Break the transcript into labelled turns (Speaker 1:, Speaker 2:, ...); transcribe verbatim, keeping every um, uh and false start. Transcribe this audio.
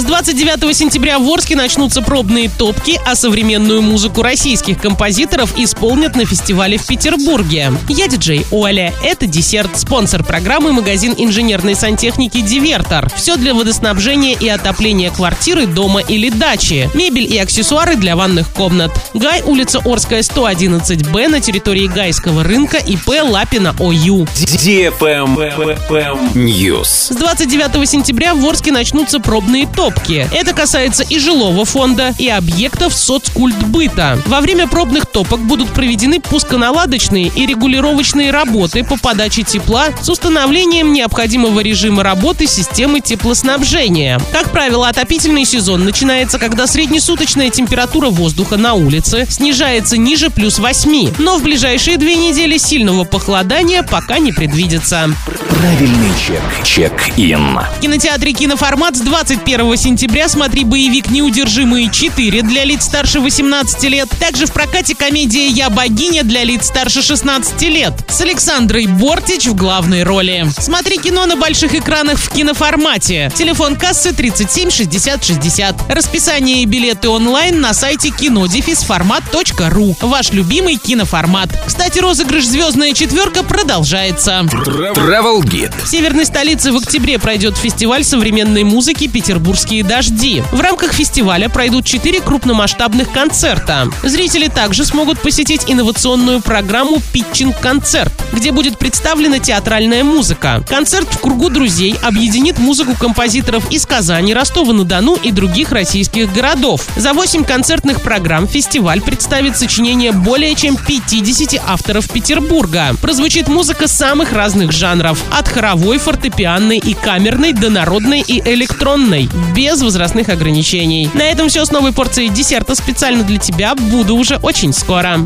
Speaker 1: двадцать девятого сентября в Орске начнутся пробные топки, а современную музыку российских композиторов исполнят на фестивале в Петербурге. Я диджей Оля. Это десерт. Спонсор программы — магазин инженерной сантехники «Дивертор». Все для водоснабжения и отопления квартиры, дома или дачи. Мебель и аксессуары для ванных комнат. Гай, улица Орская, сто одиннадцать Б, на территории Гайского рынка, ИП Лапина ОЮ.
Speaker 2: News.
Speaker 1: С двадцать девятого сентября в Орске начнутся пробные топки. Это касается и жилого фонда, и объектов соцкультбыта. Во время пробных топок будут проведены пусконаладочные и регулировочные работы по подаче тепла с установлением необходимого режима работы системы теплоснабжения. Как правило, отопительный сезон начинается, когда среднесуточная температура воздуха на улице снижается ниже плюс восьми. Но в ближайшие две недели сильного похолодания пока не предвидится.
Speaker 2: Правильный чек. Чек-ин.
Speaker 1: В кинотеатре «Киноформат» с двадцать первого сентября смотри боевик «Неудержимые четыре» для лиц старше восемнадцати лет. Также в прокате комедия «Я богиня» для лиц старше шестнадцати лет с Александрой Бортич в главной роли. Смотри кино на больших экранах в «Киноформате». Телефон кассы тридцать семь шестьдесят шестьдесят. Расписание и билеты онлайн на сайте кино формат точка ру. Ваш любимый «Киноформат». Кстати, розыгрыш «Звездная четверка» продолжается.
Speaker 2: Travel Guide.
Speaker 1: В северной столице в октябре пройдет фестиваль современной музыки «Петербургские дожди». В рамках фестиваля пройдут четыре крупномасштабных концерта. Зрители также смогут посетить инновационную программу «Питчинг-концерт», где будет представлена театральная музыка. Концерт в кругу друзей объединит музыку композиторов из Казани, Ростова-на-Дону и других российских городов. За восемь концертных программ фестиваль представит сочинения более чем пятидесяти авторов Петербурга. Прозвучит музыка самых разных жанров – от хоровой, фортепианной и камерной до народной и электронной, без возрастных ограничений. На этом все с новой порцией десерта специально для тебя. Буду уже очень скоро.